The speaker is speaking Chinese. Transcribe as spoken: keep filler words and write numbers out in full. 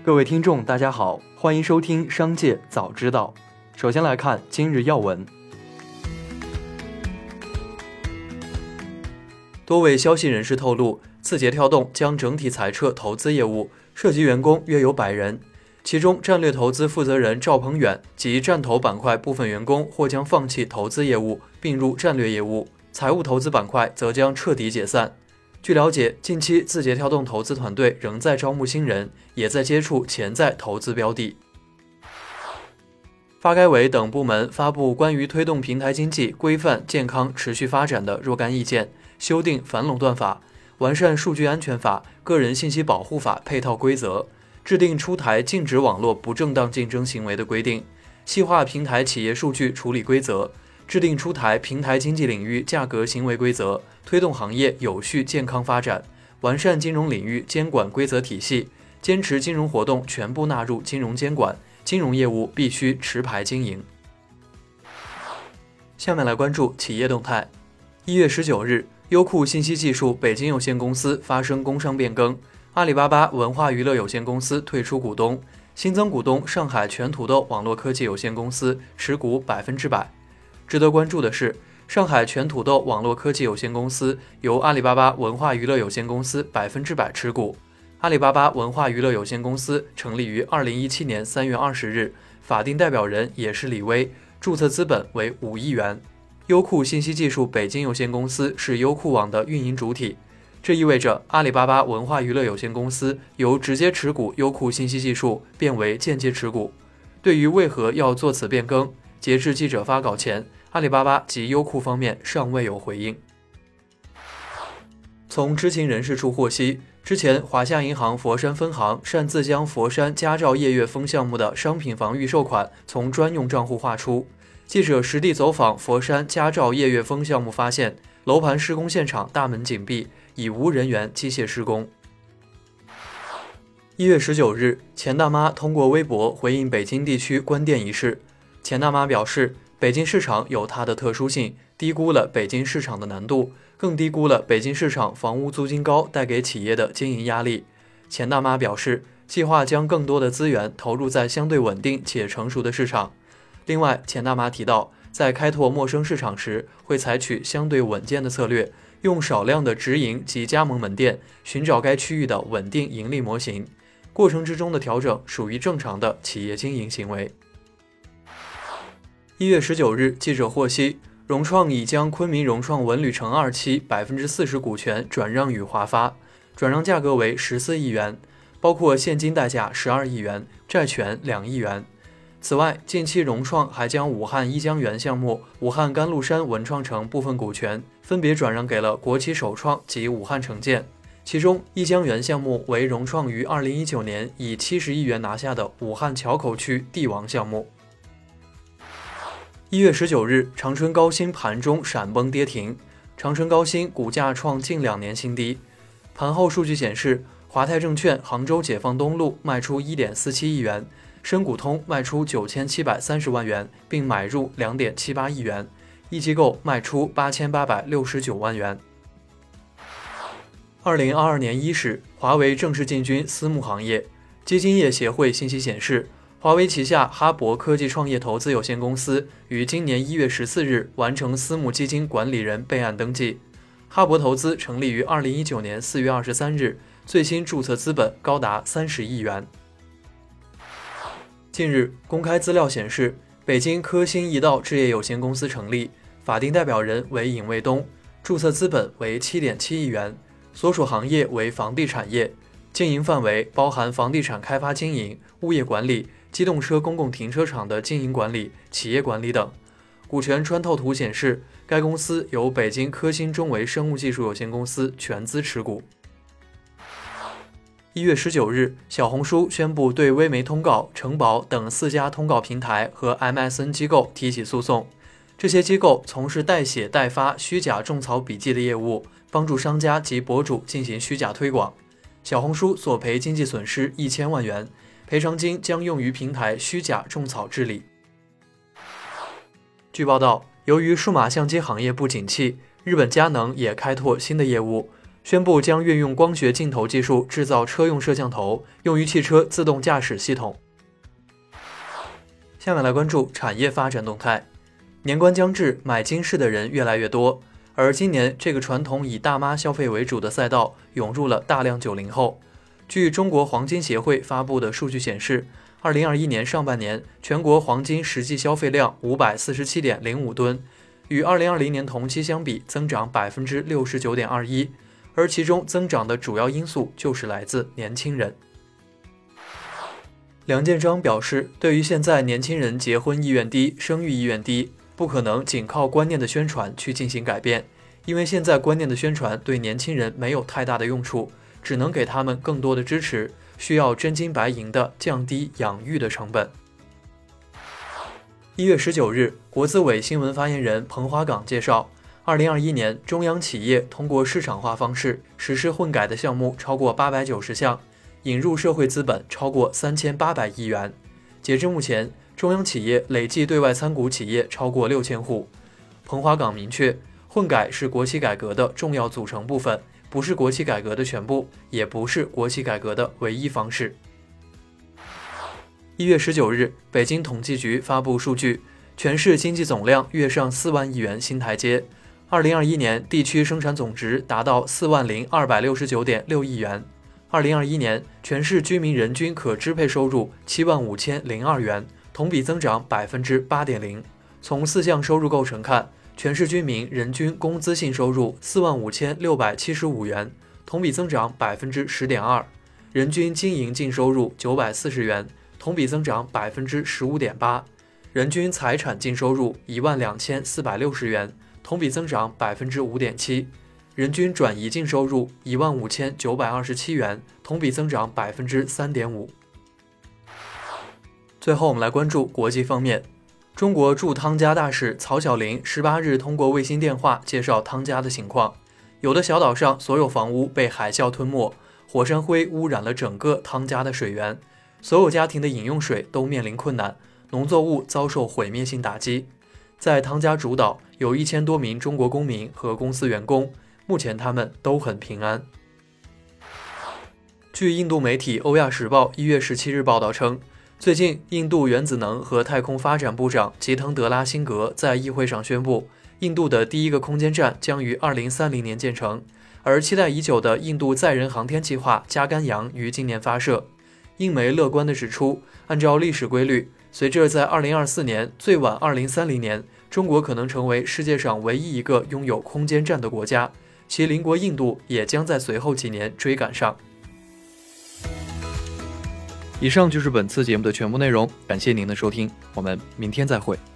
各位听众，大家好，欢迎收听《商界早知道》。首先来看今日要闻。多位消息人士透露，字节跳动将整体裁撤投资业务，涉及员工约有百人，其中战略投资负责人赵鹏远及战投板块部分员工或将放弃投资业务，并入战略业务，财务投资板块则将彻底解散。据了解，近期字节跳动投资团队仍在招募新人，也在接触潜在投资标的。发改委等部门发布关于推动平台经济规范健康持续发展的若干意见，修订反垄断法，完善数据安全法、个人信息保护法配套规则，制定出台禁止网络不正当竞争行为的规定，细化平台企业数据处理规则，制定出台平台经济领域价格行为规则，推动行业有序健康发展，完善金融领域监管规则体系，坚持金融活动全部纳入金融监管，金融业务必须持牌经营。下面来关注企业动态。一月十九日，优酷信息技术北京有限公司发生工商变更，阿里巴巴文化娱乐有限公司退出股东，新增股东上海全土豆网络科技有限公司持股百分之百。值得关注的是，上海全土豆网络科技有限公司由阿里巴巴文化娱乐有限公司百分之百持股。阿里巴巴文化娱乐有限公司成立于二零一七年三月二十日，法定代表人也是李威，注册资本为五亿元。优酷信息技术北京有限公司是优酷网的运营主体，这意味着阿里巴巴文化娱乐有限公司由直接持股优酷信息技术变为间接持股。对于为何要做此变更，截至记者发稿前，阿里巴巴及优酷方面尚未有回应。从知情人士处获悉，之前华夏银行佛山分行擅自将佛山佳兆夜月峰项目的商品房预售款从专用账户划出。记者实地走访佛山佳兆夜月峰项目，发现楼盘施工现场大门紧闭，已无人员机械施工。一月十九日，钱大妈通过微博回应北京地区关店一事。钱大妈表示，北京市场有它的特殊性，低估了北京市场的难度，更低估了北京市场房屋租金高带给企业的经营压力。钱大妈表示，计划将更多的资源投入在相对稳定且成熟的市场。另外，钱大妈提到，在开拓陌生市场时，会采取相对稳健的策略，用少量的直营及加盟门店寻找该区域的稳定盈利模型。过程之中的调整属于正常的企业经营行为。一月十九日，记者获悉，融创已将昆明融创文旅城二期百分之四十股权转让予华发，转让价格为十四亿元，包括现金代价十二亿元，债权两亿元。此外，近期融创还将武汉一江源项目、武汉甘露山文创城部分股权分别转让给了国企首创及武汉城建。其中，一江源项目为融创于二零一九年以七十亿元拿下的武汉硚口区帝王项目。一月十九日，长春高新盘中闪崩跌停，长春高新股价创近两年新低。盘后数据显示，华泰证券杭州解放东路卖出 一点四七亿元，深股通卖出九千七百三十万元，并买入 两点七八亿元，一机构卖出八千八百六十九万元。二零二二年伊始，华为正式进军私募行业。基金业协会信息显示，华为旗下哈勃科技创业投资有限公司于今年一月十四日完成私募基金管理人备案登记。哈勃投资成立于二零一九年四月二十三日，最新注册资本高达三十亿元。近日，公开资料显示，北京科兴易道置业有限公司成立，法定代表人为尹卫东，注册资本为 七点七亿元，所属行业为房地产业，经营范围包含房地产开发经营、物业管理、机动车公共停车场的经营管理、企业管理等。股权穿透图显示，该公司由北京科兴中维生物技术有限公司全资持股。一月十九日，小红书宣布对微媒通告、城堡等四家通告平台和 M S N 机构提起诉讼。这些机构从事代写代发虚假种草笔记的业务，帮助商家及博主进行虚假推广。小红书索赔经济损失一千万元，赔偿金将用于平台虚假种草治理。据报道，由于数码相机行业不景气，日本佳能也开拓新的业务。 宣布将运用光学镜头技术制造车用摄像头，用于汽车自动驾驶系统。下面来关注产业发展动态。年关将至，买金饰的人越来越多，而今年这个传统以大妈消费为主的赛道涌入了大量九零后。据中国黄金协会发布的数据显示，二零二一年上半年全国黄金实际消费量五百四十七点零五吨，与二零二零年同期相比增长 百分之六十九点二一， 而其中增长的主要因素就是来自年轻人。梁建章表示，对于现在年轻人结婚意愿低、生育意愿低，不可能仅靠观念的宣传去进行改变，因为现在观念的宣传对年轻人没有太大的用处，只能给他们更多的支持，需要真金白银的降低养育的成本。一月十九日，国资委新闻发言人彭华岗介绍，二零二一年中央企业通过市场化方式实施混改的项目超过八百九十项，引入社会资本超过三千八百亿元。截至目前，中央企业累计对外参股企业超过六千户。彭华岗明确，混改是国企改革的重要组成部分，不是国企改革的全部，也不是国企改革的唯一方式。一月十九日，北京统计局发布数据，全市经济总量跃上四万亿元新台阶。二零二一年地区生产总值达到四万零二百六十九点六亿元。二零二一年全市居民人均可支配收入七万五千零二元，同比增长 百分之八点零。从四项收入构成看，全市居民人均工资性收入四万五千六百七十五元，同比增长 百分之十点二。人均经营净收入九百四十元，同比增长 百分之十五点八。人均财产净收入一万两千四百六十元，同比增长 百分之五点七。人均转移净收入一万五千九百二十七元，同比增长 百分之三点五。最后我们来关注国际方面。中国驻汤加大使曹晓林十八日通过卫星电话介绍汤加的情况，有的小岛上所有房屋被海啸吞没，火山灰污染了整个汤加的水源，所有家庭的饮用水都面临困难，农作物遭受毁灭性打击。在汤加主岛有一千多名中国公民和公司员工，目前他们都很平安。据印度媒体《欧亚时报》一月十七日报道称，最近，印度原子能和太空发展部长吉腾德拉辛格在议会上宣布，印度的第一个空间站将于二零三零年建成，而期待已久的印度载人航天计划加甘扬于今年发射。英媒乐观地指出，按照历史规律，随着在二零二四年最晚二零三零年，中国可能成为世界上唯一一个拥有空间站的国家，其邻国印度也将在随后几年追赶上。以上就是本次节目的全部内容，感谢您的收听，我们明天再会。